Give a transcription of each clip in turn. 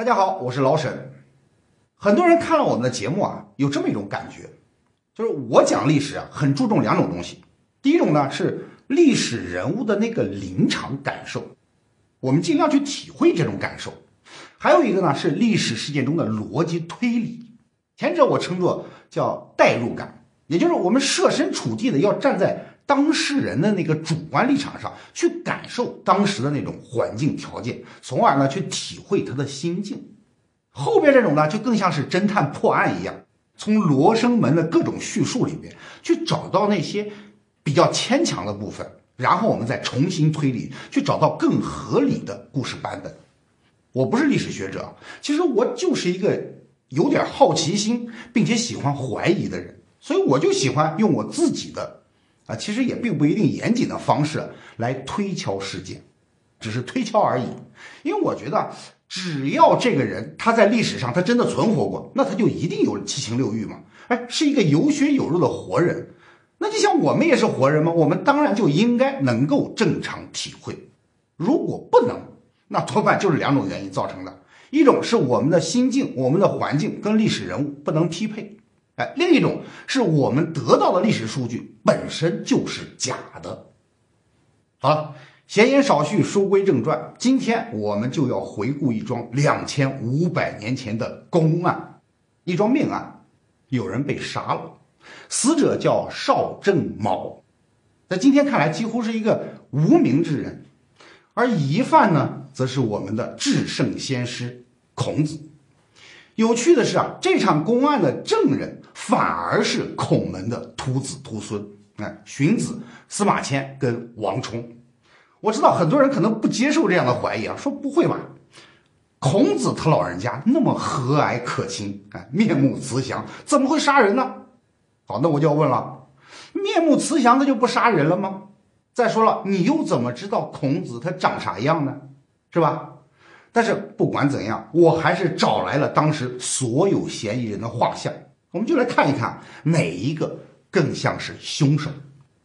大家好，我是老沈。很多人看了我们的节目有这么一种感觉，就是我讲历史很注重两种东西。第一种呢是历史人物的那个临场感受，我们尽量去体会这种感受。还有一个呢是历史事件中的逻辑推理，前者我称作叫代入感，也就是我们设身处地的要站在当事人的那个主观立场上去感受当时的那种环境条件，从而呢去体会他的心境。后边这种呢就更像是侦探破案一样，从罗生门的各种叙述里面去找到那些比较牵强的部分，然后我们再重新推理，去找到更合理的故事版本。我不是历史学者，其实我就是一个有点好奇心并且喜欢怀疑的人，所以我就喜欢用我自己的其实也并不一定严谨的方式来推敲事件，只是推敲而已。因为我觉得只要这个人他在历史上他真的存活过，那他就一定有七情六欲嘛，是一个有血有肉的活人。那就像我们也是活人嘛，我们当然就应该能够正常体会。如果不能，那多半就是两种原因造成的，一种是我们的心境我们的环境跟历史人物不能匹配，另一种是我们得到的历史数据本身就是假的。好了，闲言少叙，书归正传，今天我们就要回顾一桩2500年前的公案，一桩命案，有人被杀了，死者叫邵正卯，在今天看来几乎是一个无名之人，而疑犯呢，则是我们的至圣先师孔子。有趣的是这场公案的证人反而是孔门的徒子徒孙，荀子、司马迁跟王充。我知道很多人可能不接受这样的怀疑说不会吧，孔子他老人家那么和蔼可亲，面目慈祥，怎么会杀人呢？好，那我就要问了，面目慈祥他就不杀人了吗？再说了，你又怎么知道孔子他长啥样呢？是吧？但是不管怎样，我还是找来了当时所有嫌疑人的画像，我们就来看一看哪一个更像是凶手。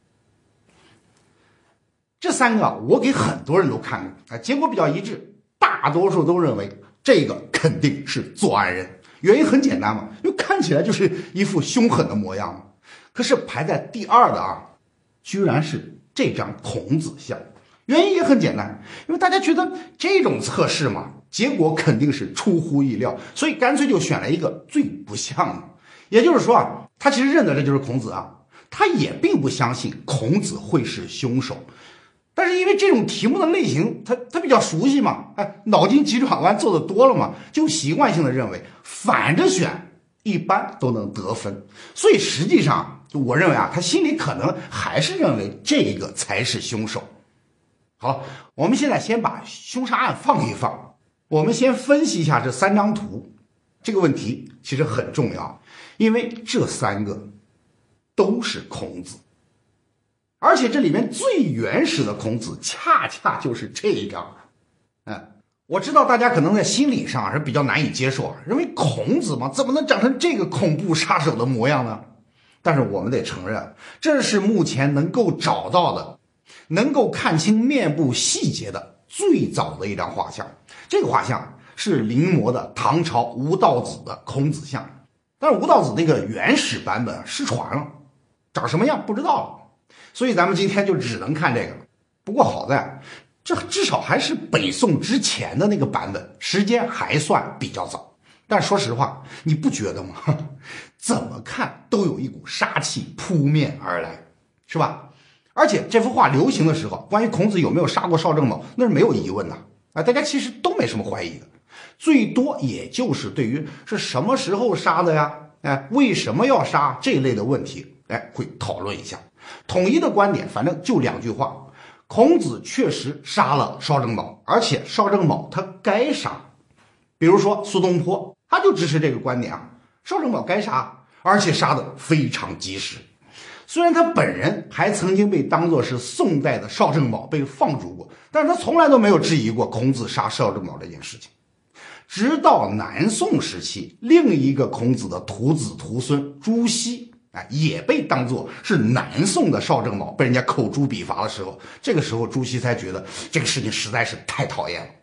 这三个我给很多人都看过，结果比较一致，大多数都认为这个肯定是作案人。原因很简单嘛，因为看起来就是一副凶狠的模样嘛。可是排在第二的居然是这张孔子像。原因也很简单，因为大家觉得这种测试嘛，结果肯定是出乎意料，所以干脆就选了一个最不像的。也就是说他其实认得这就是孔子他也并不相信孔子会是凶手，但是因为这种题目的类型他比较熟悉嘛，脑筋急转弯做的多了嘛，就习惯性的认为反着选一般都能得分，所以实际上我认为他心里可能还是认为这个才是凶手。好，我们现在先把凶杀案放一放，我们先分析一下这三张图。这个问题其实很重要，因为这三个都是孔子，而且这里面最原始的孔子恰恰就是这一张。我知道大家可能在心理上是比较难以接受，认为孔子嘛，怎么能长成这个恐怖杀手的模样呢？但是我们得承认，这是目前能够找到的能够看清面部细节的最早的一张画像。这个画像是临摹的唐朝吴道子的孔子像，但是吴道子那个原始版本失传了，长什么样不知道了，所以咱们今天就只能看这个。不过好在这至少还是北宋之前的那个版本，时间还算比较早。但说实话，你不觉得吗？怎么看都有一股杀气扑面而来，是吧？而且这幅画流行的时候，关于孔子有没有杀过邵正卯那是没有疑问的大家其实都没什么怀疑的，最多也就是对于是什么时候杀的呀，为什么要杀这类的问题会讨论一下。统一的观点反正就两句话，孔子确实杀了邵正卯，而且邵正卯他该杀。比如说苏东坡他就支持这个观点邵正卯该杀，而且杀得非常及时。虽然他本人还曾经被当作是宋代的邵正卯被放逐过，但是他从来都没有质疑过孔子杀邵正卯这件事情。直到南宋时期，另一个孔子的徒子徒孙朱熹也被当作是南宋的邵正卯，被人家口诛笔伐的时候，这个时候朱熹才觉得这个事情实在是太讨厌了。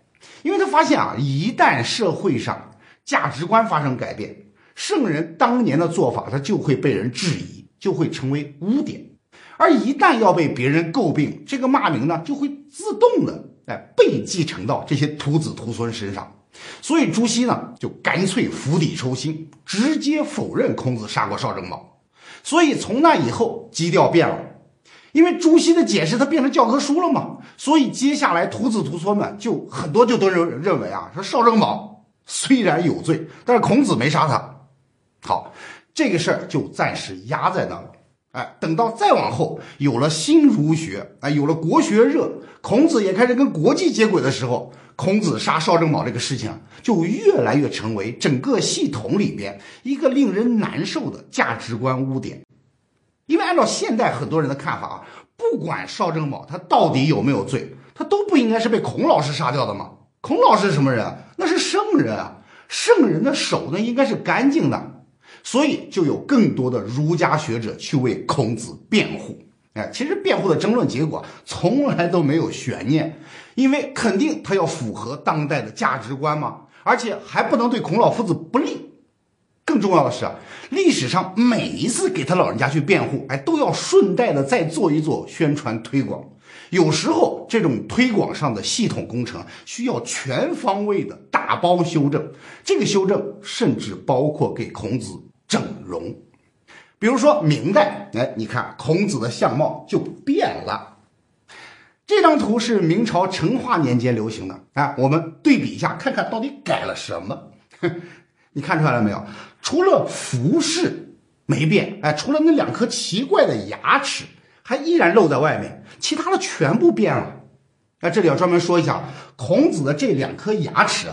因为他发现啊，一旦社会上价值观发生改变，圣人当年的做法他就会被人质疑，就会成为污点。而一旦要被别人诟病，这个骂名呢就会自动的被继承到这些徒子徒孙身上。所以朱熹呢就干脆釜底抽薪，直接否认孔子杀过邵正卯。所以从那以后基调变了，因为朱熹的解释它变成教科书了嘛，所以接下来徒子徒孙们就很多就都认为啊，说邵正卯虽然有罪，但是孔子没杀他。好，这个事儿就暂时压在那了。等到再往后有了新儒学，有了国学热，孔子也开始跟国际接轨的时候，孔子杀邵正卯这个事情就越来越成为整个系统里边一个令人难受的价值观污点。因为按照现代很多人的看法啊，不管邵正卯他到底有没有罪，他都不应该是被孔老师杀掉的嘛。孔老师是什么人？那是圣人啊，圣人的手呢应该是干净的。所以就有更多的儒家学者去为孔子辩护。其实辩护的争论结果从来都没有悬念，因为肯定他要符合当代的价值观嘛，而且还不能对孔老夫子不利。更重要的是历史上每一次给他老人家去辩护，都要顺带的再做一做宣传推广。有时候这种推广上的系统工程需要全方位的打包修正，这个修正甚至包括给孔子整容。比如说明代，你看孔子的相貌就变了。这张图是明朝成化年间流行的，我们对比一下，看看到底改了什么。你看出来了没有？除了服饰没变，除了那两颗奇怪的牙齿还依然露在外面，其他的全部变了。这里要专门说一下，孔子的这两颗牙齿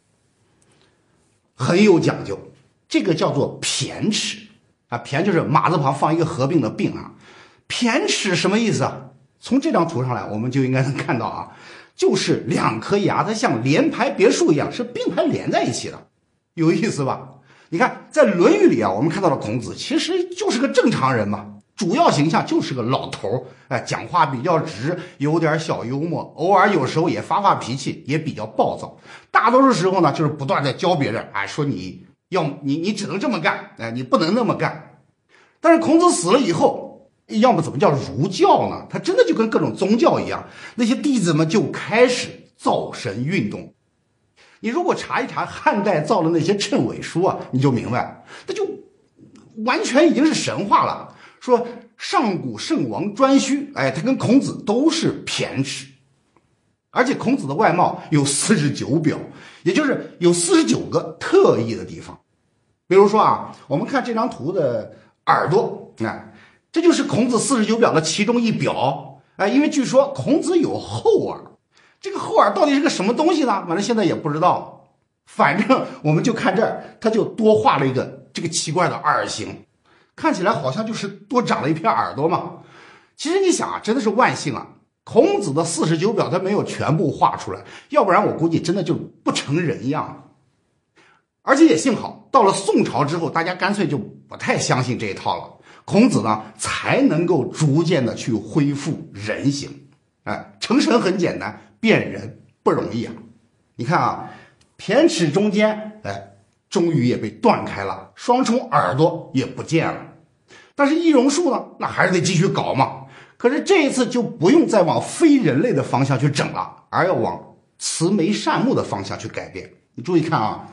很有讲究，这个叫做骈齿骈就是马字旁放一个合并的并骈齿什么意思啊？从这张图上来我们就应该能看到就是两颗牙它像连排别墅一样是并排连在一起的，有意思吧？你看在《论语》里我们看到的孔子其实就是个正常人嘛，主要形象就是个老头，讲话比较直，有点小幽默，偶尔有时候也发脾气，也比较暴躁。大多数时候呢，就是不断在教别人，说你只能这么干，你不能那么干。但是孔子死了以后，要么怎么叫儒教呢？他真的就跟各种宗教一样，那些弟子们就开始造神运动。你如果查一查汉代造的那些谶纬书你就明白，那就完全已经是神话了。说上古圣王颛顼，他跟孔子都是骈齿，而且孔子的外貌有49表，也就是有49个特异的地方。比如说我们看这张图的耳朵，这就是孔子49表的其中一表。因为据说孔子有后耳，这个后耳到底是个什么东西呢？反正现在也不知道。反正我们就看这儿，他就多画了一个这个奇怪的耳形，看起来好像就是多长了一片耳朵嘛。其实你想真的是万幸孔子的49表他没有全部画出来，要不然我估计真的就不成人样。而且也幸好到了宋朝之后，大家干脆就不太相信这一套了，孔子呢才能够逐渐的去恢复人形。成神很简单，变人不容易你看骈齿中间终于也被断开了，双重耳朵也不见了。但是易容术呢，那还是得继续搞嘛。可是这一次就不用再往非人类的方向去整了，而要往慈眉善目的方向去改变。你注意看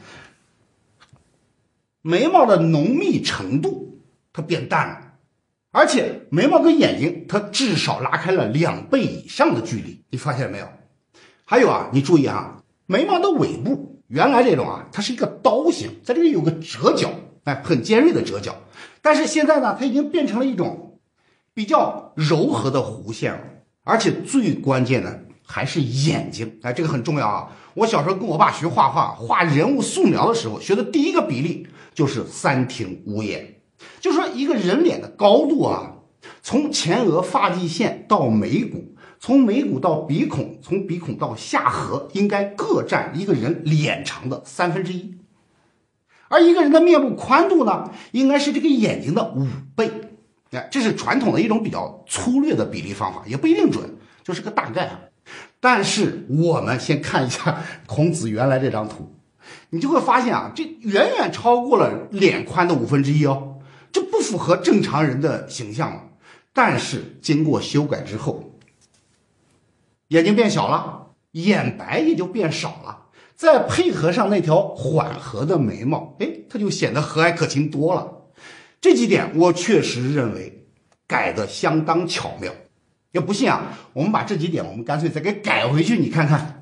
眉毛的浓密程度它变淡了，而且眉毛跟眼睛它至少拉开了2倍以上的距离，你发现没有？还有你注意眉毛的尾部原来这种它是一个刀形，在这里有个折角，很尖锐的折角，但是现在呢它已经变成了一种比较柔和的弧线了。而且最关键的还是眼睛，这个很重要我小时候跟我爸学画画，画人物素描的时候学的第一个比例就是3庭5眼，就是说一个人脸的高度从前额发际线到眉骨，从眉骨到鼻孔，从鼻孔到下颌，应该各占一个人脸长的1/3。而一个人的面部宽度呢，应该是这个眼睛的5倍。这是传统的一种比较粗略的比例方法，也不一定准，就是个大概但是我们先看一下孔子原来这张图，你就会发现啊，这远远超过了脸宽的1/5哦，这不符合正常人的形象嘛。但是经过修改之后，眼睛变小了，眼白也就变少了，再配合上那条缓和的眉毛，它就显得和蔼可亲多了。这几点我确实认为改得相当巧妙。要不信啊，我们把这几点我们干脆再给改回去，你看看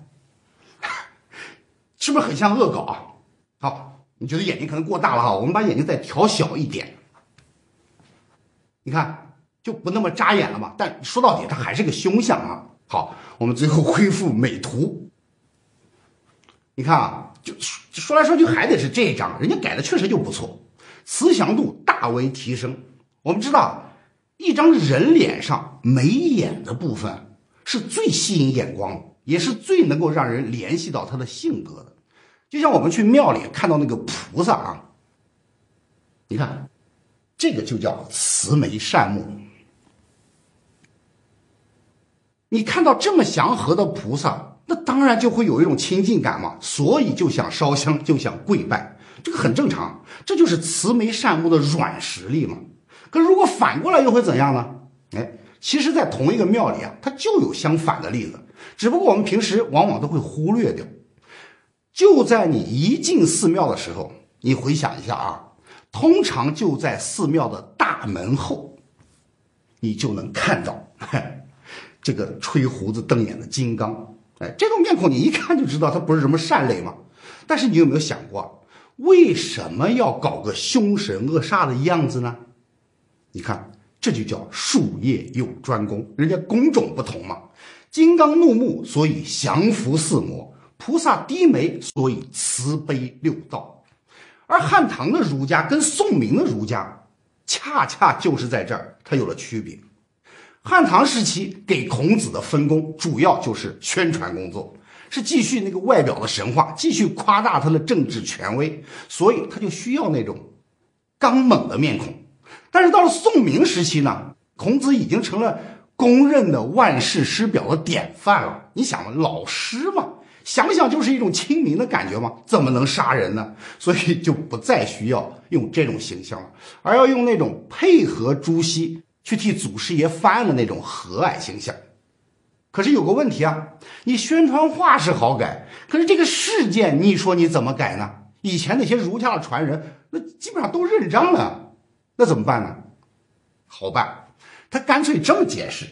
是不是很像恶搞啊？好，你觉得眼睛可能过大了哈，我们把眼睛再调小一点，你看就不那么扎眼了嘛。但说到底它还是个凶相啊。好，我们最后恢复美图，你看啊，就说来说去还得是这一张，人家改的确实就不错，慈祥度大为提升。我们知道一张人脸上眉眼的部分是最吸引眼光的，也是最能够让人联系到他的性格的。就像我们去庙里看到那个菩萨啊，你看这个就叫慈眉善目。你看到这么祥和的菩萨，那当然就会有一种亲近感嘛，所以就想烧香，就想跪拜，这个很正常，这就是慈眉善目的软实力嘛。可是如果反过来又会怎样呢？其实在同一个庙里啊，它就有相反的例子，只不过我们平时往往都会忽略掉。就在你一进寺庙的时候，你回想一下啊，通常就在寺庙的大门后，你就能看到这个吹胡子瞪眼的金刚。这种面孔你一看就知道他不是什么善类嘛。但是你有没有想过，为什么要搞个凶神恶煞的样子呢？你看，这就叫术业有专攻，人家工种不同嘛。金刚怒目，所以降服四魔；菩萨低眉，所以慈悲六道。而汉唐的儒家跟宋明的儒家，恰恰就是在这儿它有了区别。汉唐时期给孔子的分工主要就是宣传工作，是继续那个外表的神话，继续夸大他的政治权威，所以他就需要那种刚猛的面孔。但是到了宋明时期呢，孔子已经成了公认的万世师表的典范了。你想嘛，老师嘛，想想就是一种亲民的感觉嘛，怎么能杀人呢？所以就不再需要用这种形象了，而要用那种配合朱熹去替祖师爷翻案的那种和蔼形象。可是有个问题啊，你宣传画是好改，可是这个事件你说你怎么改呢？以前那些儒家的传人那基本上都认账了，那怎么办呢？好办，他干脆这么解释：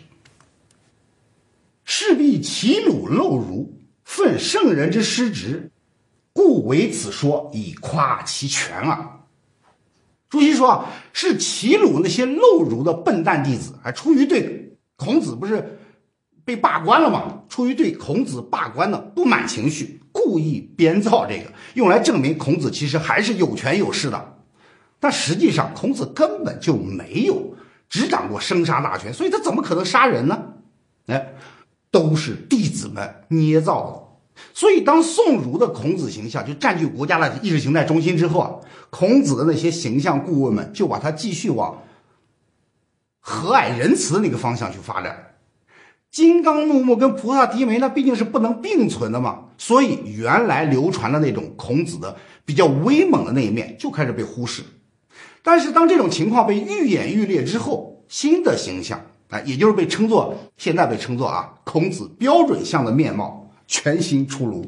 势必齐鲁陋儒，愤圣人之失职，故为此说，以夸其权耳。朱熹说啊，是齐鲁那些陋儒的笨蛋弟子，还出于对孔子不是被罢官了吗？出于对孔子罢官的不满情绪，故意编造这个，用来证明孔子其实还是有权有势的。但实际上孔子根本就没有执掌过生杀大权，所以他怎么可能杀人呢？都是弟子们捏造的。所以当宋儒的孔子形象就占据国家的意识形态中心之后啊，孔子的那些形象顾问们就把他继续往和蔼仁慈的那个方向去发展。金刚怒目跟菩萨低眉那毕竟是不能并存的嘛，所以原来流传的那种孔子的比较威猛的那一面就开始被忽视。但是当这种情况被愈演愈烈之后，新的形象也就是现在被称作孔子标准相的面貌全新出炉。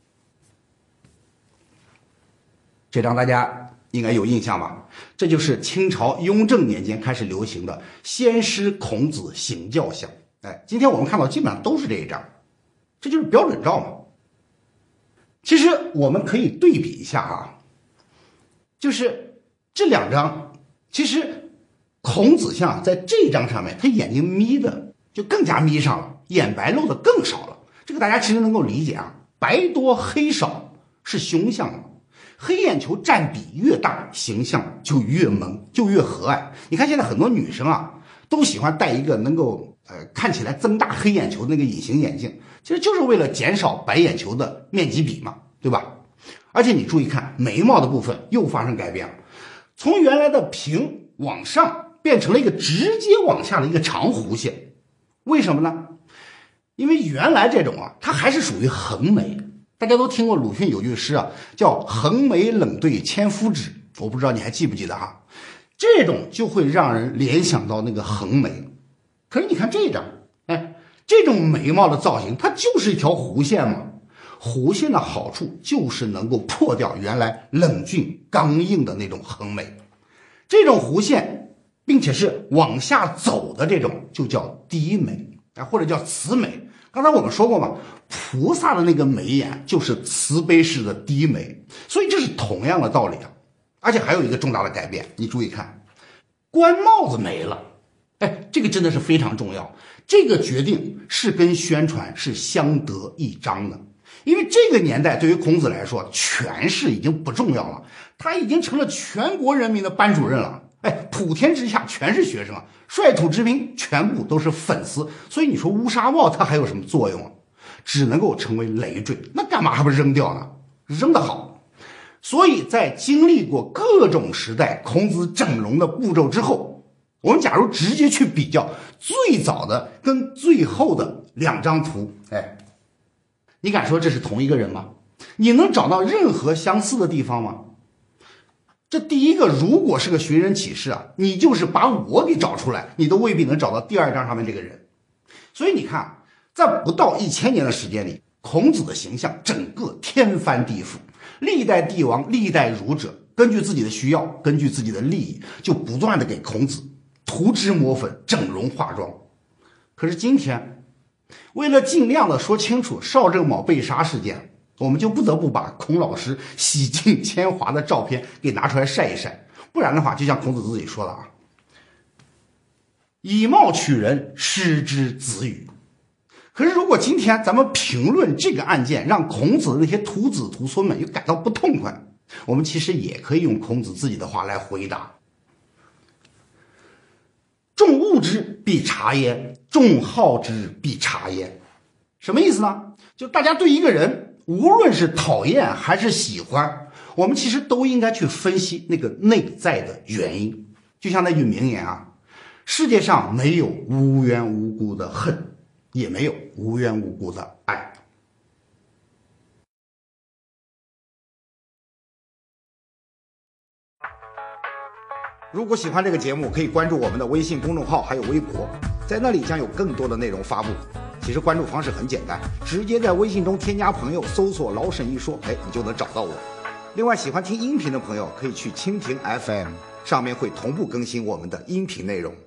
这张大家应该有印象吧？这就是清朝雍正年间开始流行的先师孔子行教像。今天我们看到基本上都是这一张，这就是标准照嘛。其实我们可以对比一下就是这两张，其实孔子像在这张上面，他眼睛眯的就更加眯上了，眼白露的更少了。这个大家其实能够理解啊，白多黑少是凶相嘛，黑眼球占比越大，形象就越萌，就越和蔼。你看现在很多女生都喜欢戴一个能够看起来增大黑眼球的那个隐形眼镜，其实就是为了减少白眼球的面积比嘛，对吧？而且你注意看眉毛的部分又发生改变了，从原来的平往上变成了一个直接往下的一个长弧线。为什么呢？ 因为原来这种啊，它还是属于横眉。大家都听过鲁迅有句诗啊，叫横眉冷对千夫指，我不知道你还记不记得哈？这种就会让人联想到那个横眉。可是你看这张，哎，这种眉毛的造型，它就是一条弧线嘛。弧线的好处就是能够破掉原来冷峻刚硬的那种横眉。这种弧线并且是往下走的这种就叫低眉，或者叫慈眉。刚才我们说过嘛，菩萨的那个眉眼就是慈悲式的低眉，所以这是同样的道理啊。而且还有一个重大的改变，你注意看，官帽子没了。哎，这个真的是非常重要，这个决定是跟宣传是相得益彰的。因为这个年代对于孔子来说，权势已经不重要了，他已经成了全国人民的班主任了。哎，普天之下全是学生啊，率土之滨全部都是粉丝，所以你说乌纱帽它还有什么作用啊？只能够成为累赘，那干嘛还不扔掉呢？扔得好。所以在经历过各种时代孔子整容的步骤之后，我们假如直接去比较最早的跟最后的两张图，哎，你敢说这是同一个人吗？你能找到任何相似的地方吗？这第一个如果是个寻人启事啊，你就是把我给找出来，你都未必能找到第二张上面这个人。所以你看，在不到1000年的时间里，孔子的形象整个天翻地覆，历代帝王历代儒者根据自己的需要，根据自己的利益，就不断的给孔子涂脂抹粉，整容化妆。可是今天为了尽量的说清楚邵正卯被杀事件，我们就不得不把孔老师洗尽铅华的照片给拿出来晒一晒，不然的话就像孔子自己说的啊，以貌取人，失之子语。可是如果今天咱们评论这个案件，让孔子的那些徒子徒孙们又感到不痛快，我们其实也可以用孔子自己的话来回答：众恶之必察焉，众好之必察焉。什么意思呢？就大家对一个人无论是讨厌还是喜欢，我们其实都应该去分析那个内在的原因。就像那句名言啊，世界上没有无缘无故的恨，也没有无缘无故的爱。如果喜欢这个节目，可以关注我们的微信公众号还有微博，在那里将有更多的内容发布。其实关注方式很简单，直接在微信中添加朋友，搜索老沈一说，哎，你就能找到我。另外喜欢听音频的朋友可以去蜻蜓 FM， 上面会同步更新我们的音频内容。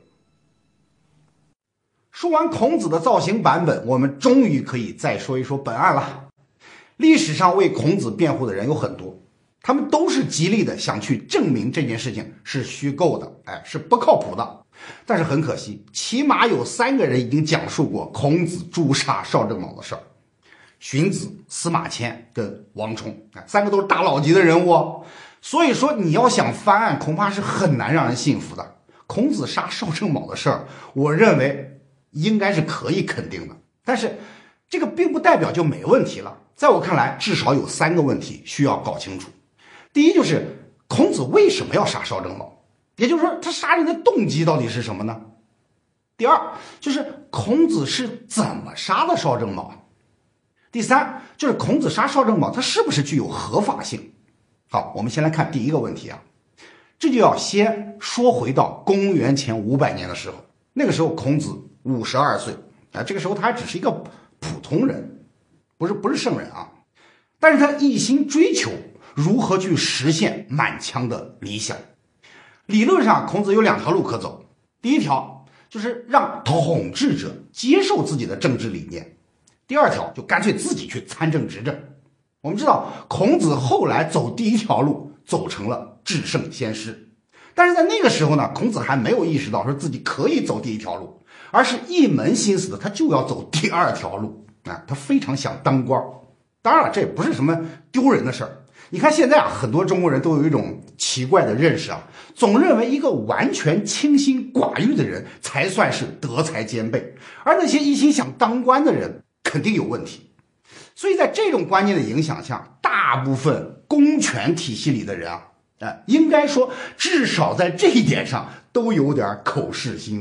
说完孔子的造型版本，我们终于可以再说一说本案了。历史上为孔子辩护的人有很多，他们都是极力的想去证明这件事情是虚构的，哎，是不靠谱的。但是很可惜，起码有3个人已经讲述过孔子诛杀邵正卯的事儿：荀子、司马迁跟王充，3个都是大佬级的人物哦。所以说你要想翻案，恐怕是很难让人信服的。孔子杀邵正卯的事儿，我认为应该是可以肯定的，但是这个并不代表就没问题了。在我看来，至少有3个问题需要搞清楚。第一，就是孔子为什么要杀邵正卯？也就是说，他杀人的动机到底是什么呢？第二，就是孔子是怎么杀的邵正卯？第三，就是孔子杀邵正卯，他是不是具有合法性？好，我们先来看第一个问题啊，这就要先说回到公元前500年的时候，那个时候孔子52岁啊，这个时候他还只是一个普通人，不是圣人啊，但是他一心追求如何去实现满腔的理想。理论上孔子有2条路可走，第一条就是让统治者接受自己的政治理念，第二条就干脆自己去参政执政。我们知道孔子后来走第一条路，走成了至圣先师，但是在那个时候呢，孔子还没有意识到说自己可以走第一条路，而是一门心思的他就要走第2条路啊，他非常想当官。当然了，这也不是什么丢人的事儿。你看现在啊，很多中国人都有一种奇怪的认识啊，总认为一个完全清心寡欲的人才算是德才兼备，而那些一心想当官的人肯定有问题。所以在这种观念的影响下，大部分公权体系里的人啊，应该说至少在这一点上都有点口是心非。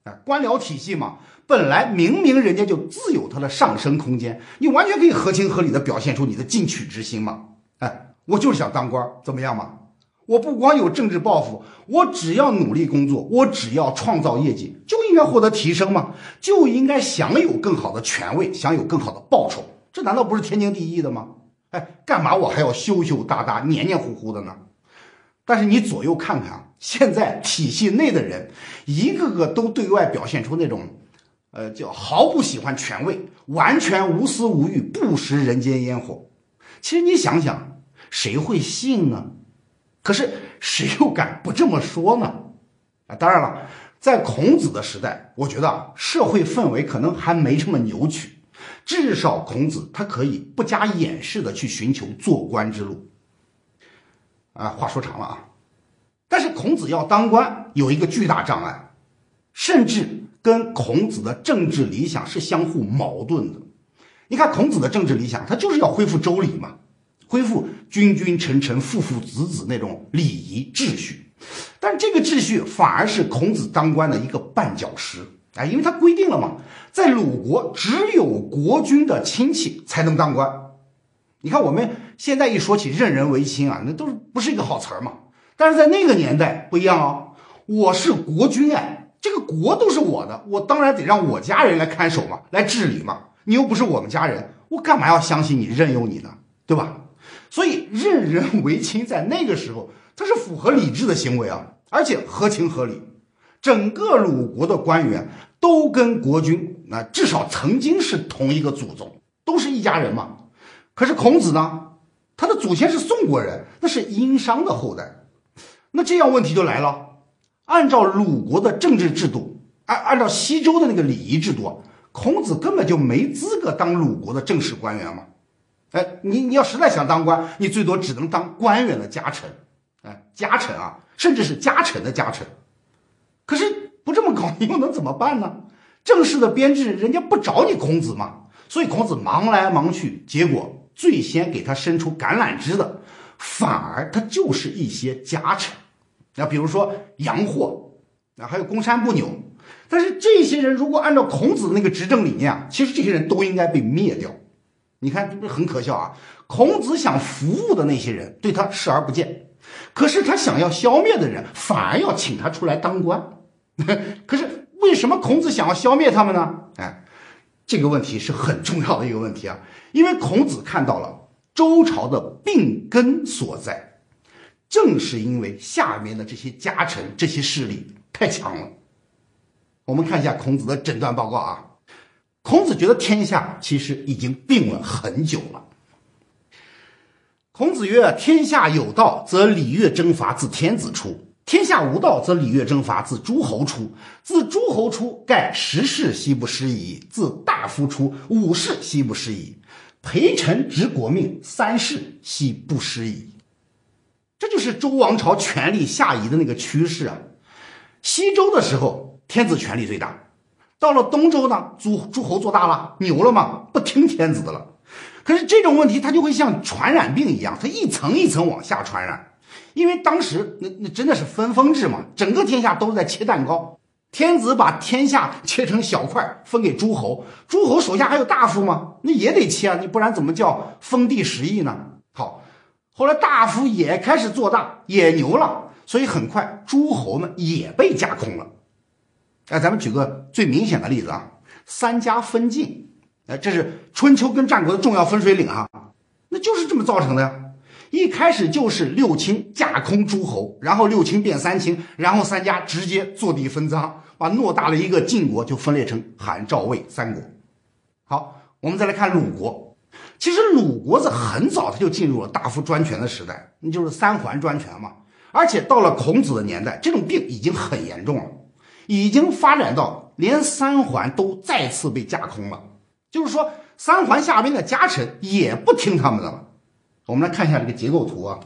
官僚体系嘛，本来明明人家就自有它的上升空间，你完全可以合情合理的表现出你的进取之心嘛。我就是想当官，怎么样嘛？我不光有政治抱负，我只要努力工作，我只要创造业绩，就应该获得提升嘛，就应该享有更好的权位，享有更好的报酬，这难道不是天经地义的吗？干嘛我还要羞羞答答、黏黏糊糊的呢？但是你左右看看啊，现在体系内的人一个个都对外表现出那种叫毫不喜欢权位，完全无私无欲，不食人间烟火。其实你想想，谁会信呢？可是谁又敢不这么说呢？当然了，在孔子的时代，我觉得社会氛围可能还没这么扭曲，至少孔子他可以不加掩饰的去寻求做官之路。话说长了啊，但是孔子要当官有一个巨大障碍，甚至跟孔子的政治理想是相互矛盾的。你看孔子的政治理想，他就是要恢复周礼嘛，恢复君君臣臣父父子子那种礼仪秩序，但是这个秩序反而是孔子当官的一个绊脚石。因为他规定了嘛，在鲁国只有国君的亲戚才能当官。你看我们现在一说起任人唯亲啊，那都不是一个好词儿嘛。但是在那个年代不一样哦，我是国君，这个国都是我的，我当然得让我家人来看守嘛，来治理嘛。你又不是我们家人，我干嘛要相信你任用你呢？对吧？所以任人唯亲在那个时候它是符合理智的行为啊，而且合情合理。整个鲁国的官员都跟国君至少曾经是同一个祖宗，都是一家人嘛。可是孔子呢，他的祖先是宋国人，那是殷商的后代。那这样问题就来了，按照鲁国的政治制度，按照西周的那个礼仪制度，孔子根本就没资格当鲁国的正式官员嘛。你要实在想当官，你最多只能当官员的家臣，家臣啊，甚至是家臣的家臣。可是不这么搞，你又能怎么办呢？正式的编制人家不找你孔子嘛，所以孔子忙来忙去，结果最先给他伸出橄榄枝的，反而他就是一些家臣。比如说杨霍，还有公山不扭。但是这些人如果按照孔子的那个执政理念其实这些人都应该被灭掉。你看这不是很可笑啊？孔子想服务的那些人对他视而不见，可是他想要消灭的人反而要请他出来当官。可是为什么孔子想要消灭他们呢？这个问题是很重要的一个问题啊，因为孔子看到了周朝的病根所在，正是因为下面的这些家臣这些势力太强了。我们看一下孔子的诊断报告啊，孔子觉得天下其实已经病了很久了。孔子曰：天下有道，则礼乐征伐自天子出；天下无道，则礼乐征伐自诸侯出。自诸侯出，盖十世奚不失矣；自大夫出，五世奚不失矣；陪臣执国命，三世奚不失矣。这就是周王朝权力下移的那个趋势啊。西周的时候，天子权力最大，到了东周呢，诸侯做大了，牛了嘛，不听天子的了。可是这种问题它就会像传染病一样，它一层一层往下传染。因为当时那真的是分封制嘛，整个天下都是在切蛋糕，天子把天下切成小块分给诸侯，诸侯手下还有大夫吗？那也得切啊，你不然怎么叫封地十邑呢？好，后来大夫也开始做大，也牛了，所以很快诸侯们也被架空了。咱们举个最明显的例子啊，三家分晋，这是春秋跟战国的重要分水岭啊，那就是这么造成的呀。一开始就是六卿架空诸侯，然后六卿变三卿，然后三家直接坐地分赃，把偌大的一个晋国就分裂成韩赵魏三国。好，我们再来看鲁国。其实鲁国在很早他就进入了大夫专权的时代，那就是三桓专权嘛。而且到了孔子的年代，这种病已经很严重了，已经发展到连三桓都再次被架空了，就是说三桓下边的家臣也不听他们的了。我们来看一下这个结构图啊，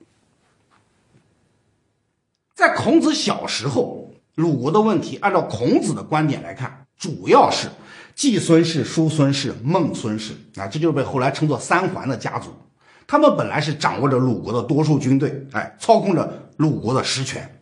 在孔子小时候，鲁国的问题按照孔子的观点来看，主要是季孙氏、叔孙氏、孟孙氏这就是被后来称作三桓的家族。他们本来是掌握着鲁国的多数军队，操控着鲁国的实权。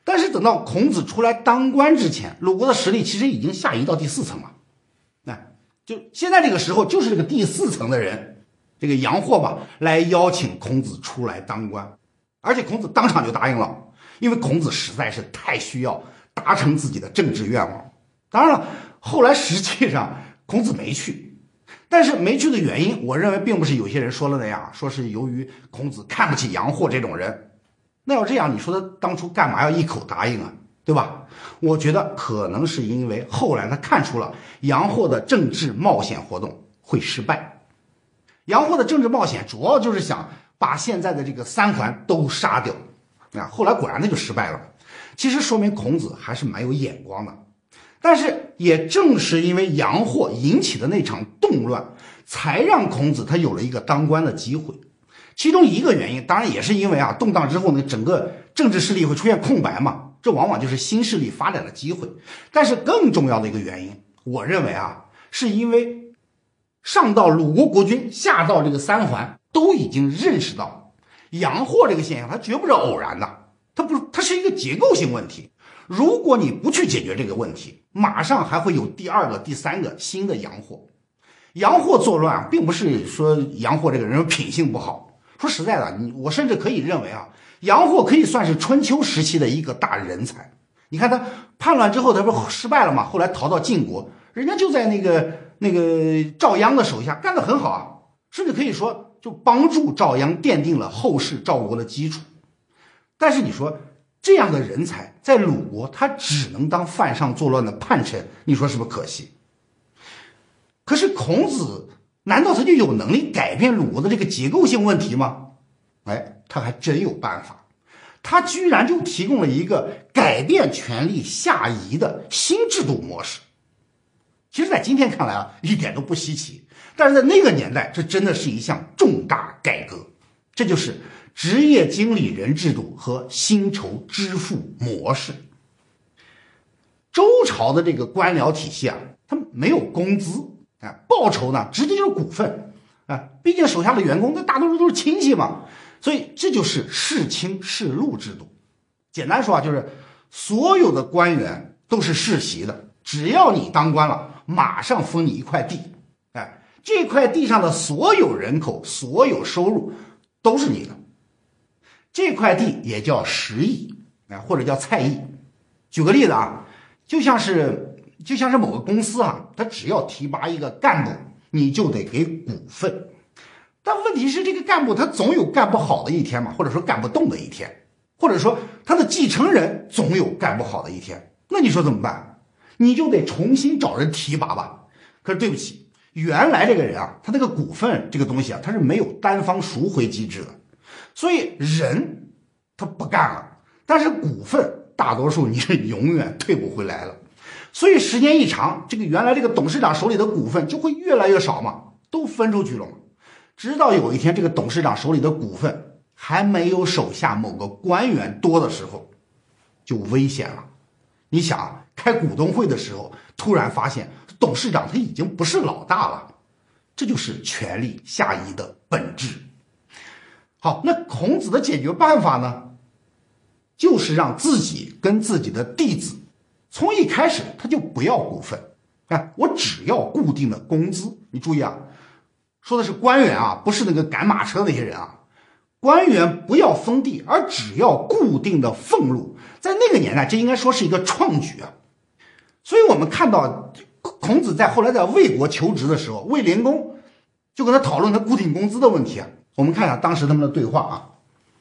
但是等到孔子出来当官之前，鲁国的实力其实已经下移到第4层了。就现在这个时候，就是这个第4层的人，这个杨霍吧，来邀请孔子出来当官，而且孔子当场就答应了，因为孔子实在是太需要达成自己的政治愿望。当然了，后来实际上孔子没去，但是没去的原因，我认为并不是有些人说的那样，说是由于孔子看不起杨霍这种人。那要这样，你说他当初干嘛要一口答应啊？对吧？我觉得可能是因为后来他看出了杨霍的政治冒险活动会失败。杨霍的政治冒险主要就是想把现在的这个3桓都杀掉，后来果然他就失败了。其实说明孔子还是蛮有眼光的。但是也正是因为杨霍引起的那场动乱，才让孔子他有了一个当官的机会。其中一个原因当然也是因为动荡之后呢，整个政治势力会出现空白嘛，这往往就是新势力发展的机会。但是更重要的一个原因，我认为是因为上到鲁国国君，下到这个3桓，都已经认识到杨霍这个现象它绝不是偶然的，它是一个结构性问题。如果你不去解决这个问题，马上还会有第2个、第3个新的杨霍。杨霍作乱并不是说杨霍这个人品性不好，说实在的，我甚至可以认为杨霍可以算是春秋时期的一个大人才。你看他叛乱之后，他不是失败了吗？后来逃到晋国，人家就在那个赵鞅的手下干得很好甚至可以说就帮助赵鞅奠定了后世赵国的基础。但是你说这样的人才在鲁国，他只能当犯上作乱的叛臣，你说是不是可惜？可是孔子难道他就有能力改变鲁国的这个结构性问题吗？他还真有办法。他居然就提供了一个改变权力下移的新制度模式。其实在今天看来一点都不稀奇，但是在那个年代，这真的是一项重大改革。这就是职业经理人制度和薪酬支付模式。周朝的这个官僚体系它没有工资，报酬呢直接就是股份，毕竟手下的员工那大多数都是亲戚嘛，所以这就是世卿世禄制度。简单说就是所有的官员都是世袭的，只要你当官了，马上封你一块地，这块地上的所有人口、所有收入都是你的。这块地也叫食邑，或者叫菜邑。举个例子就像是某个公司它只要提拔一个干部，你就得给股份。但问题是这个干部他总有干不好的一天嘛，或者说干不动的一天，或者说他的继承人总有干不好的一天。那你说怎么办？你就得重新找人提拔吧。可是对不起，原来这个人他那个股份这个东西他是没有单方赎回机制的，所以人他不干了，但是股份大多数你是永远退不回来了。所以时间一长，这个原来这个董事长手里的股份就会越来越少嘛，都分出去了嘛。直到有一天这个董事长手里的股份还没有手下某个官员多的时候，就危险了。你想开股东会的时候，突然发现董事长他已经不是老大了，这就是权力下移的本质。好，那孔子的解决办法呢，就是让自己跟自己的弟子从一开始他就不要股份，我只要固定的工资。你注意说的是官员不是那个赶马车那些人官员不要封地，而只要固定的俸禄。在那个年代，这应该说是一个创举所以我们看到孔子后来在魏国求职的时候，魏灵公就跟他讨论他固定工资的问题我们看一下当时他们的对话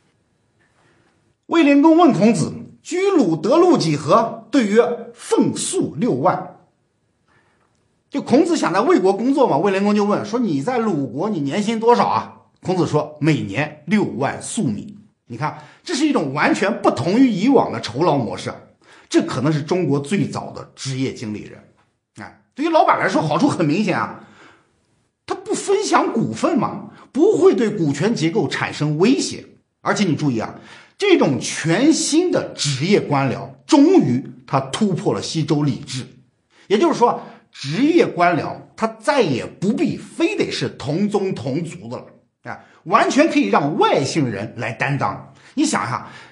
魏灵公问孔子：居鲁得禄几何？对曰：俸粟6万。就孔子想在魏国工作嘛，魏灵公就问说：你在鲁国你年薪多少孔子说：每年6万粟米。你看，这是一种完全不同于以往的酬劳模式这可能是中国最早的职业经理人对于老板来说好处很明显他不分享股份嘛，不会对股权结构产生威胁。而且你注意这种全新的职业官僚终于他突破了西周礼制，也就是说职业官僚他再也不必非得是同宗同族的了完全可以让外姓人来担当。你想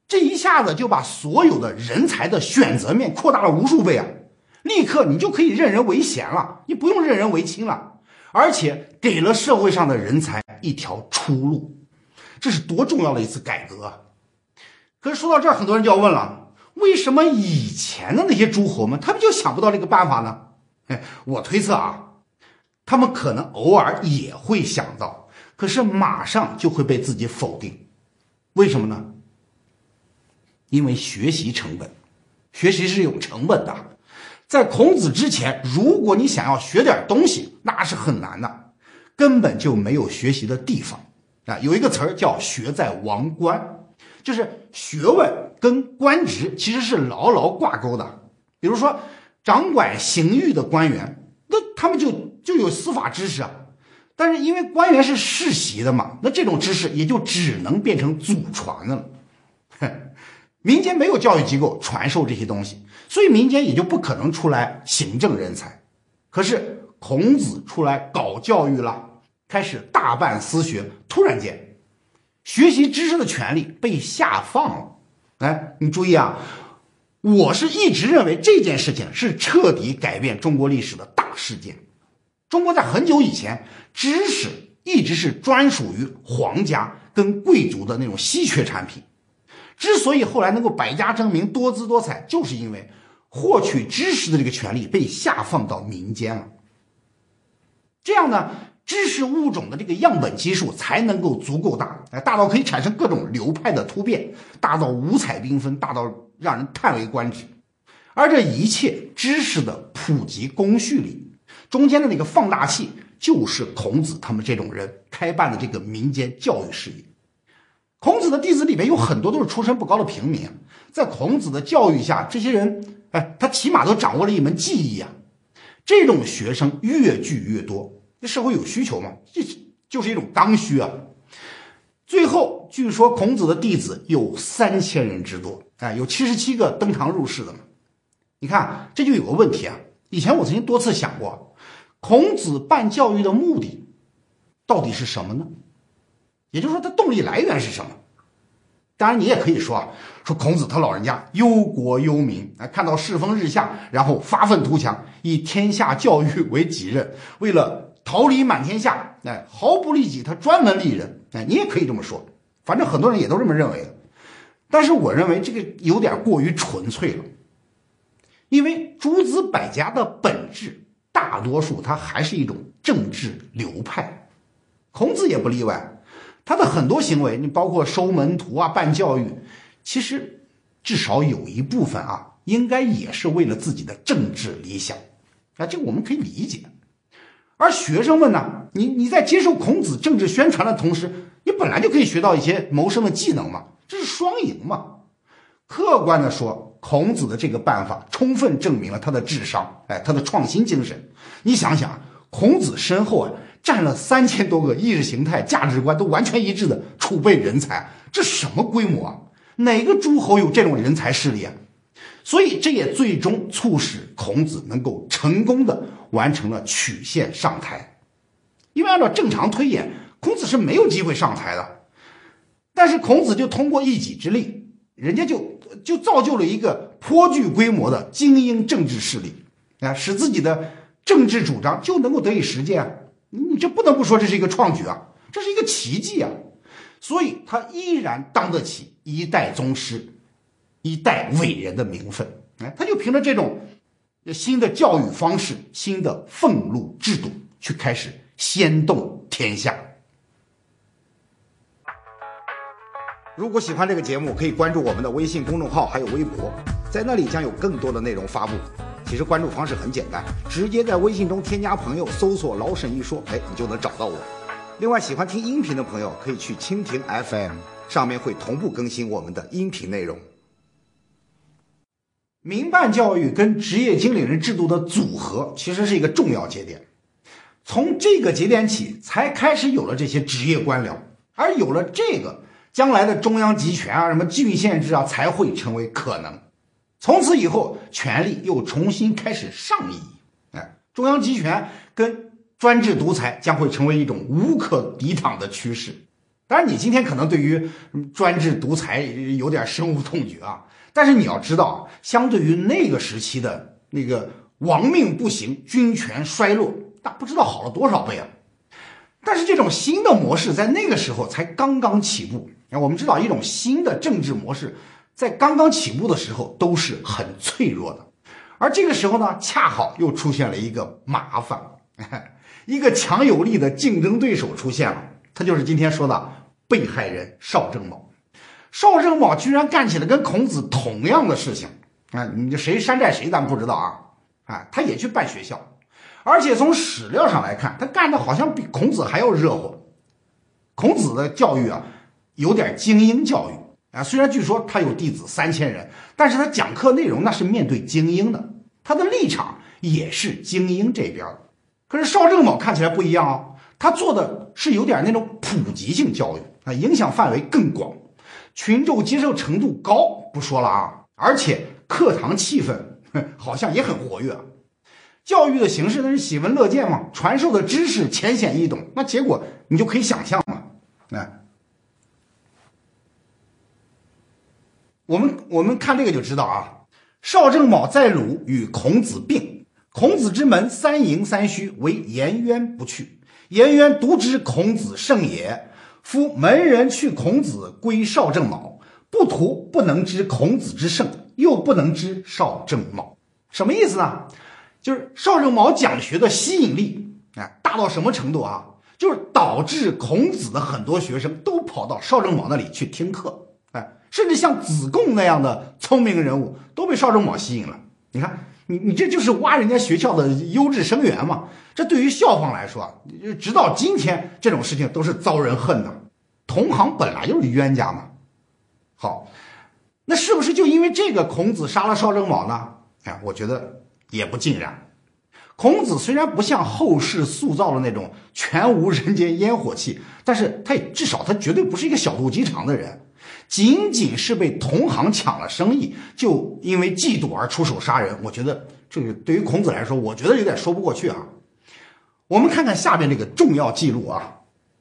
这一下子就把所有的人才的选择面扩大了无数倍啊！立刻你就可以任人唯贤了，你不用任人唯亲了，而且给了社会上的人才一条出路，这是多重要的一次改革啊！可是说到这儿，很多人就要问了，为什么以前的那些诸侯们他们就想不到这个办法呢？我推测啊，他们可能偶尔也会想到，可是马上就会被自己否定。为什么呢？因为学习成本，学习是有成本的。在孔子之前，如果你想要学点东西，那是很难的，根本就没有学习的地方啊。有一个词儿叫学在王冠，就是学问跟官职其实是牢牢挂钩的。比如说掌管刑狱的官员，那他们就有司法知识啊，但是因为官员是世袭的嘛，那这种知识也就只能变成祖传的了。民间没有教育机构传授这些东西，所以民间也就不可能出来行政人才。可是孔子出来搞教育了，开始大办私学，突然间学习知识的权利被下放了。你注意啊，我是一直认为这件事情是彻底改变中国历史的大事件。中国在很久以前，知识一直是专属于皇家跟贵族的那种稀缺产品。之所以后来能够百家争鸣、多姿多彩，就是因为获取知识的这个权利被下放到民间了。这样呢，知识物种的这个样本基数才能够足够大，大到可以产生各种流派的突变，大到五彩缤纷，大到让人叹为观止。而这一切知识的普及工序里，中间的那个放大器就是孔子他们这种人开办的这个民间教育事业。孔子的弟子里面有很多都是出身不高的平民，在孔子的教育下，这些人他起码都掌握了一门技艺啊。这种学生越聚越多，这社会有需求嘛，这就是一种刚需啊。最后据说孔子的弟子有3000人之多，有77个登堂入室的嘛。你看这就有个问题啊，以前我曾经多次想过，孔子办教育的目的到底是什么呢？也就是说他动力来源是什么？当然你也可以说说孔子他老人家忧国忧民，看到世风日下，然后发愤图强，以天下教育为己任，为了桃李满天下，毫不利己，他专门利人。你也可以这么说，反正很多人也都这么认为的。但是我认为这个有点过于纯粹了，因为诸子百家的本质大多数它还是一种政治流派，孔子也不例外。他的很多行为，你包括收门徒啊、办教育，其实至少有一部分应该也是为了自己的政治理想，这个我们可以理解。而学生们呢，你在接受孔子政治宣传的同时，你本来就可以学到一些谋生的技能嘛，这是双赢嘛。客观的说，孔子的这个办法充分证明了他的智商，他的创新精神。你想想，孔子身后占了3000多个意识形态、价值观都完全一致的储备人才，这什么规模啊？哪个诸侯有这种人才势力啊？所以这也最终促使孔子能够成功的完成了曲线上台。因为按照正常推演，孔子是没有机会上台的，但是孔子就通过一己之力，人家就造就了一个颇具规模的精英政治势力，使自己的政治主张就能够得以实践啊。你这不能不说这是一个创举啊，这是一个奇迹啊。所以他依然当得起一代宗师、一代伟人的名分。他就凭着这种新的教育方式、新的俸禄制度去开始掀动天下。如果喜欢这个节目，可以关注我们的微信公众号还有微博，在那里将有更多的内容发布。其实关注方式很简单，直接在微信中添加朋友，搜索老沈一说，你就能找到我。另外喜欢听音频的朋友可以去蜻蜓 FM， 上面会同步更新我们的音频内容。民办教育跟职业经理人制度的组合其实是一个重要节点，从这个节点起才开始有了这些职业官僚，而有了这个，将来的中央集权什么郡县制才会成为可能。从此以后，权力又重新开始上移，中央集权跟专制独裁将会成为一种无可抵挡的趋势。 当然，你今天可能对于专制独裁有点深恶痛绝啊，但是你要知道，相对于那个时期的那个亡命不行、军权衰落，那不知道好了多少倍啊。但是这种新的模式在那个时候才刚刚起步。我们知道，一种新的政治模式在刚刚起步的时候都是很脆弱的，而这个时候呢，恰好又出现了一个麻烦，一个强有力的竞争对手出现了，他就是今天说的被害人邵正卯。邵正卯居然干起了跟孔子同样的事情啊！你这谁山寨谁咱不知道啊！他也去办学校，而且从史料上来看，他干的好像比孔子还要热乎。孔子的教育啊，有点精英教育啊，虽然据说他有弟子3000人，但是他讲课内容那是面对精英的，他的立场也是精英这边的。可是邵正卯看起来不一样啊，他做的是有点那种普及性教育啊，影响范围更广，群众接受程度高不说了啊，而且课堂气氛好像也很活跃啊。教育的形式那是喜闻乐见嘛，传授的知识浅显易懂，那结果你就可以想象嘛。我们看这个就知道啊，邵正卯在鲁与孔子并，孔子之门3盈3虚，唯颜渊不去。颜渊独知孔子圣也，夫门人去孔子，归邵正卯，不图不能知孔子之圣，又不能知邵正卯。什么意思呢？就是邵正卯讲学的吸引力大到什么程度啊？就是导致孔子的很多学生都跑到邵正卯那里去听课，甚至像子贡那样的聪明人物都被邵正卯吸引了。你看，你这就是挖人家学校的优质生源嘛。这对于校方来说，直到今天这种事情都是遭人恨的。同行本来就是冤家嘛。好，那是不是就因为这个孔子杀了邵正卯呢？我觉得也不尽然。孔子虽然不像后世塑造的那种全无人间烟火气，但是他也至少他绝对不是一个小肚鸡肠的人。仅仅是被同行抢了生意，就因为嫉妒而出手杀人，我觉得这个对于孔子来说，我觉得有点说不过去啊。我们看看下边这个重要记录啊，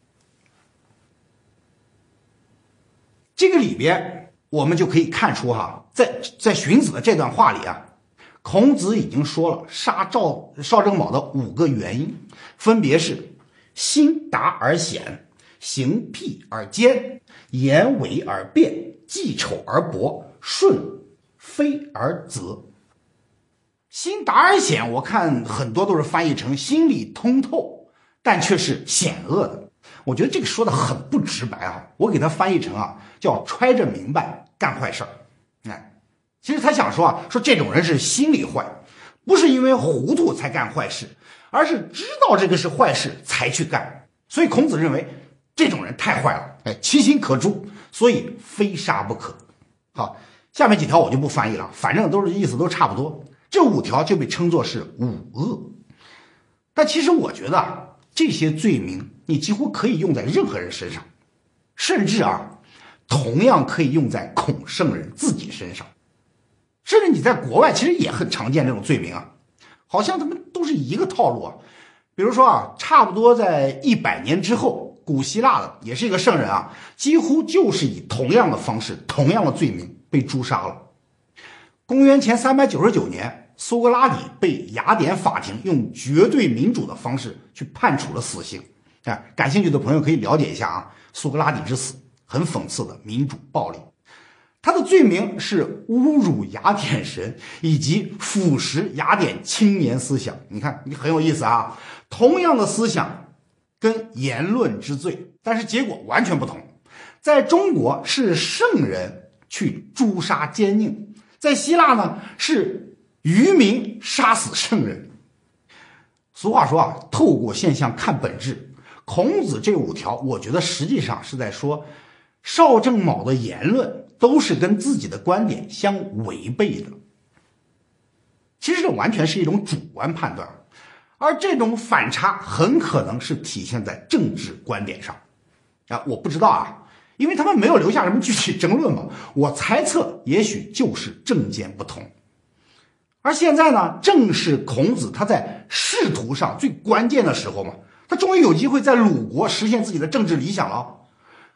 这个里边我们就可以看出在荀子的这段话里啊，孔子已经说了杀邵正卯的5个原因，分别是心达而显，行辟而坚，言伪而辩，计丑而博，顺非而泽。心达而显，我看很多都是翻译成心里通透，但却是险恶的。我觉得这个说的很不直白啊，我给他翻译成叫揣着明白干坏事儿。其实他想说说这种人是心里坏，不是因为糊涂才干坏事，而是知道这个是坏事才去干。所以孔子认为这种人太坏了，其心可诛，所以非杀不可。好，下面几条我就不翻译了，反正都是意思都差不多。这5条就被称作是5恶。但其实我觉得这些罪名你几乎可以用在任何人身上，甚至同样可以用在孔圣人自己身上。甚至你在国外其实也很常见这种罪名好像他们都是一个套路比如说差不多在100年之后，古希腊的也是一个圣人几乎就是以同样的方式、同样的罪名被诛杀了。公元前399年，苏格拉底被雅典法庭用绝对民主的方式去判处了死刑。感兴趣的朋友可以了解一下苏格拉底之死，很讽刺的民主暴力。他的罪名是侮辱雅典神以及腐蚀雅典青年思想。你看，你很有意思同样的思想跟言论之罪，但是结果完全不同。在中国是圣人去诛杀奸佞，在希腊呢是渔民杀死圣人。俗话说透过现象看本质。孔子这5条，我觉得实际上是在说邵正卯的言论都是跟自己的观点相违背的。其实这完全是一种主观判断，而这种反差很可能是体现在政治观点上我不知道因为他们没有留下什么具体争论嘛，我猜测也许就是政见不同。而现在呢，正是孔子他在仕途上最关键的时候嘛，他终于有机会在鲁国实现自己的政治理想了。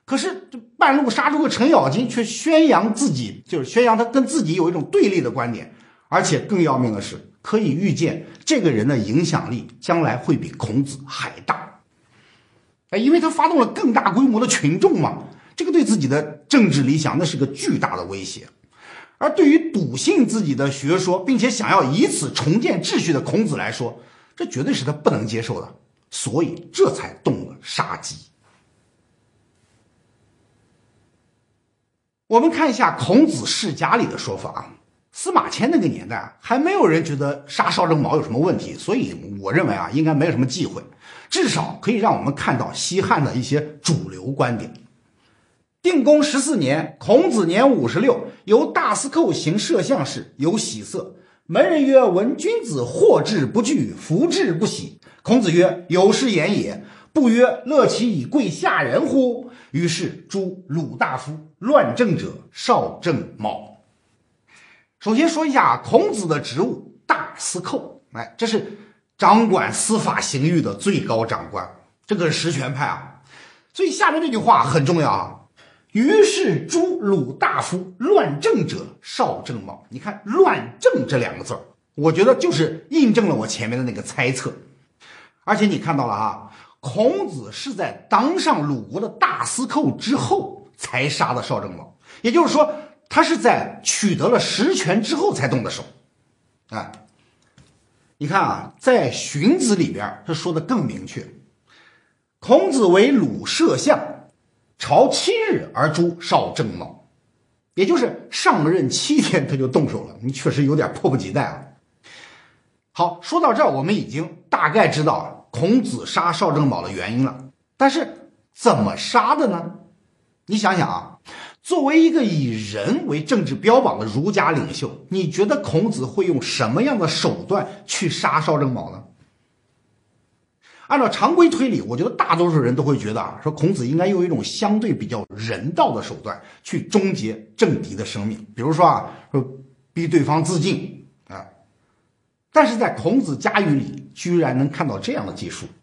可是半路杀出个程咬金，却宣扬自己，就是宣扬他跟自己有一种对立的观点，而且更要命的是，可以预见这个人的影响力将来会比孔子还大。因为他发动了更大规模的群众嘛，这个对自己的政治理想那是个巨大的威胁。而对于笃信自己的学说，并且想要以此重建秩序的孔子来说，这绝对是他不能接受的，所以这才动了杀机。我们看一下孔子世家里的说法啊，司马迁那个年代还没有人觉得杀邵正卯有什么问题，所以我认为啊，应该没有什么忌讳，至少可以让我们看到西汉的一些主流观点。定公14年，孔子年56，由大司寇行摄相事，有喜色。门人曰：闻君子祸至不惧，福至不喜。孔子曰：有失言也。不曰：乐其以贵下人乎？于是诛鲁大夫，乱政者邵正卯。首先说一下孔子的职务，大司寇，这是掌管司法刑狱的最高长官，这个是实权派啊。所以下面这句话很重要啊。于是诛鲁大夫，乱政者邵正卯。你看乱政这两个字，我觉得就是印证了我前面的那个猜测。而且你看到了啊，孔子是在当上鲁国的大司寇之后才杀的邵正卯，也就是说他是在取得了实权之后才动的手。你看啊，在荀子里边他说的更明确，孔子为鲁摄相，朝7日而诛邵正卯，也就是上任7天他就动手了，你确实有点迫不及待啊。好，说到这儿，我们已经大概知道孔子杀邵正卯的原因了，但是怎么杀的呢？你想想啊，作为一个以人为政治标榜的儒家领袖，你觉得孔子会用什么样的手段去杀邵正卯呢？按照常规推理，我觉得大多数人都会觉得说孔子应该用一种相对比较人道的手段去终结政敌的生命，比如说说逼对方自尽啊。但是在孔子家语里，居然能看到这样的技术。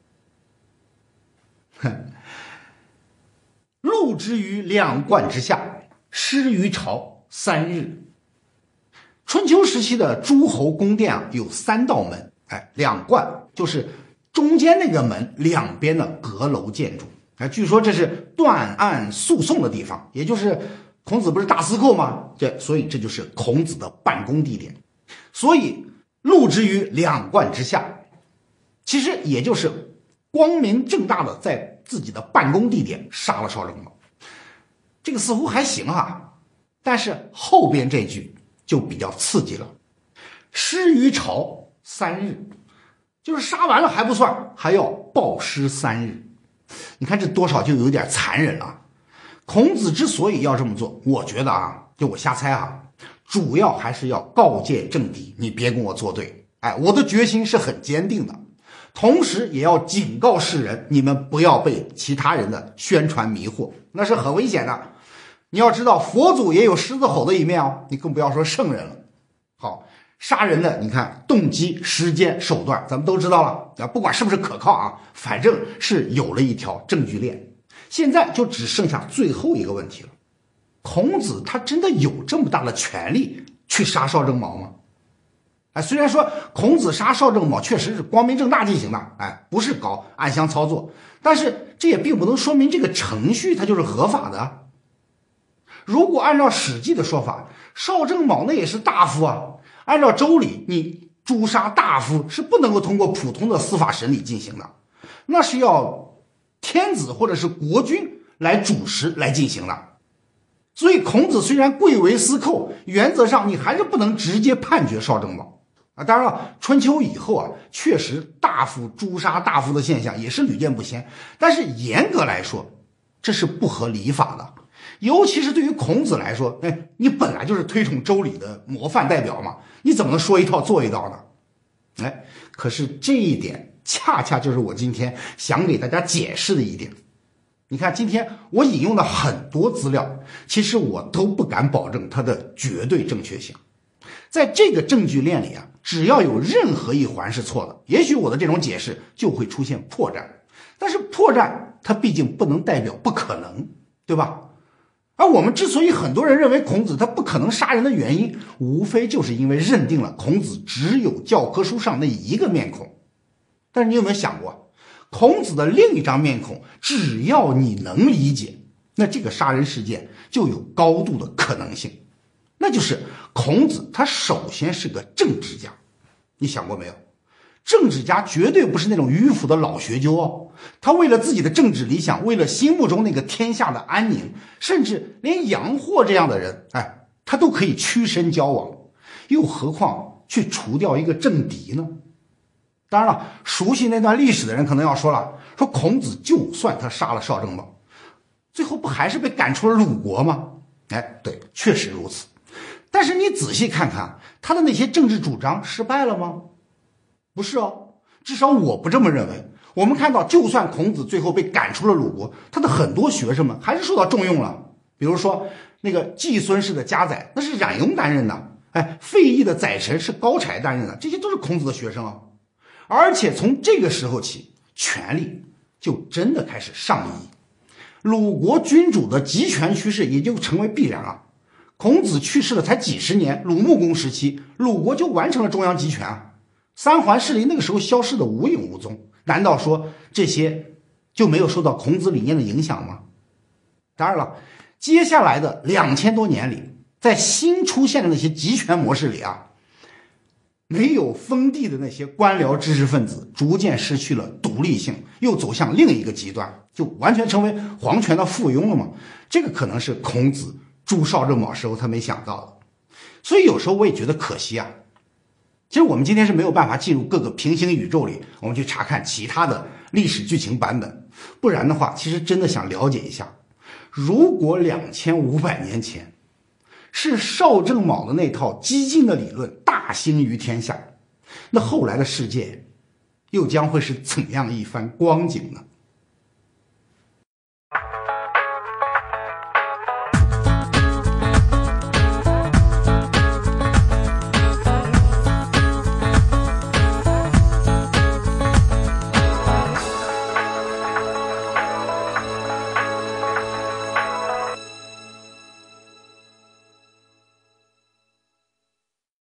戮之于两冠之下，失于朝3日。春秋时期的诸侯宫殿有3道门，两冠就是中间那个门两边的阁楼建筑。据说这是断案诉讼的地方，也就是孔子不是大司寇吗？所以这就是孔子的办公地点。所以戮之于两冠之下，其实也就是光明正大的在自己的办公地点杀了邵正卯。这个似乎还行啊，但是后边这句就比较刺激了，失于朝3日，就是杀完了还不算，还要暴尸3日。你看这多少就有点残忍了。孔子之所以要这么做，我觉得就我瞎猜主要还是要告诫政敌，你别跟我作对，我的决心是很坚定的。同时也要警告世人，你们不要被其他人的宣传迷惑，那是很危险的。你要知道佛祖也有狮子吼的一面你更不要说圣人了。好，杀人的你看动机、时间、手段咱们都知道了，不管是不是可靠反正是有了一条证据链。现在就只剩下最后一个问题了，孔子他真的有这么大的权力去杀邵正卯吗？虽然说孔子杀邵正卯确实是光明正大进行的，不是搞暗箱操作，但是这也并不能说明这个程序它就是合法的。如果按照史记的说法，邵正卯那也是大夫按照周礼，你诛杀大夫是不能够通过普通的司法审理进行的，那是要天子或者是国君来主持来进行的。所以孔子虽然贵为司寇，原则上你还是不能直接判决邵正卯当然了，春秋以后确实大夫诛杀大夫的现象也是屡见不鲜，但是严格来说这是不合礼法的。尤其是对于孔子来说，你本来就是推崇周礼的模范代表嘛，你怎么能说一套做一套呢？可是这一点恰恰就是我今天想给大家解释的一点。你看今天我引用的很多资料，其实我都不敢保证它的绝对正确性。在这个证据链里只要有任何一环是错的，也许我的这种解释就会出现破绽。但是破绽它毕竟不能代表不可能， 对吧？而我们之所以很多人认为孔子他不可能杀人的原因，无非就是因为认定了孔子只有教科书上那一个面孔。但是你有没有想过，孔子的另一张面孔，只要你能理解，那这个杀人事件就有高度的可能性。那就是孔子他首先是个政治家，你想过没有？政治家绝对不是那种迂腐的老学究哦，他为了自己的政治理想，为了心目中那个天下的安宁，甚至连杨霍这样的人，他都可以屈身交往，又何况去除掉一个政敌呢？当然了，熟悉那段历史的人可能要说了，说孔子就算他杀了邵正卯，最后不还是被赶出了鲁国吗？对，确实如此。但是你仔细看看，他的那些政治主张失败了吗？不是哦，至少我不这么认为。我们看到，就算孔子最后被赶出了鲁国，他的很多学生们还是受到重用了。比如说那个季孙氏的家宰，那是冉雍担任的，费祎的宰臣是高柴担任的，这些都是孔子的学生啊。而且从这个时候起，权力就真的开始上移，鲁国君主的集权趋势也就成为必然了。孔子去世了才几十年，鲁穆公时期，鲁国就完成了中央集权啊。三桓势力那个时候消失的无影无踪，难道说这些就没有受到孔子理念的影响吗？当然了，接下来的2000多年里，在新出现的那些集权模式里没有封地的那些官僚知识分子逐渐失去了独立性，又走向另一个极端，就完全成为皇权的附庸了嘛。这个可能是孔子诛邵正卯时候他没想到的。所以有时候我也觉得可惜啊。其实我们今天是没有办法进入各个平行宇宙里，我们去查看其他的历史剧情版本，不然的话，其实真的想了解一下，如果2500年前是邵正卯的那套激进的理论大行于天下，那后来的世界又将会是怎样一番光景呢？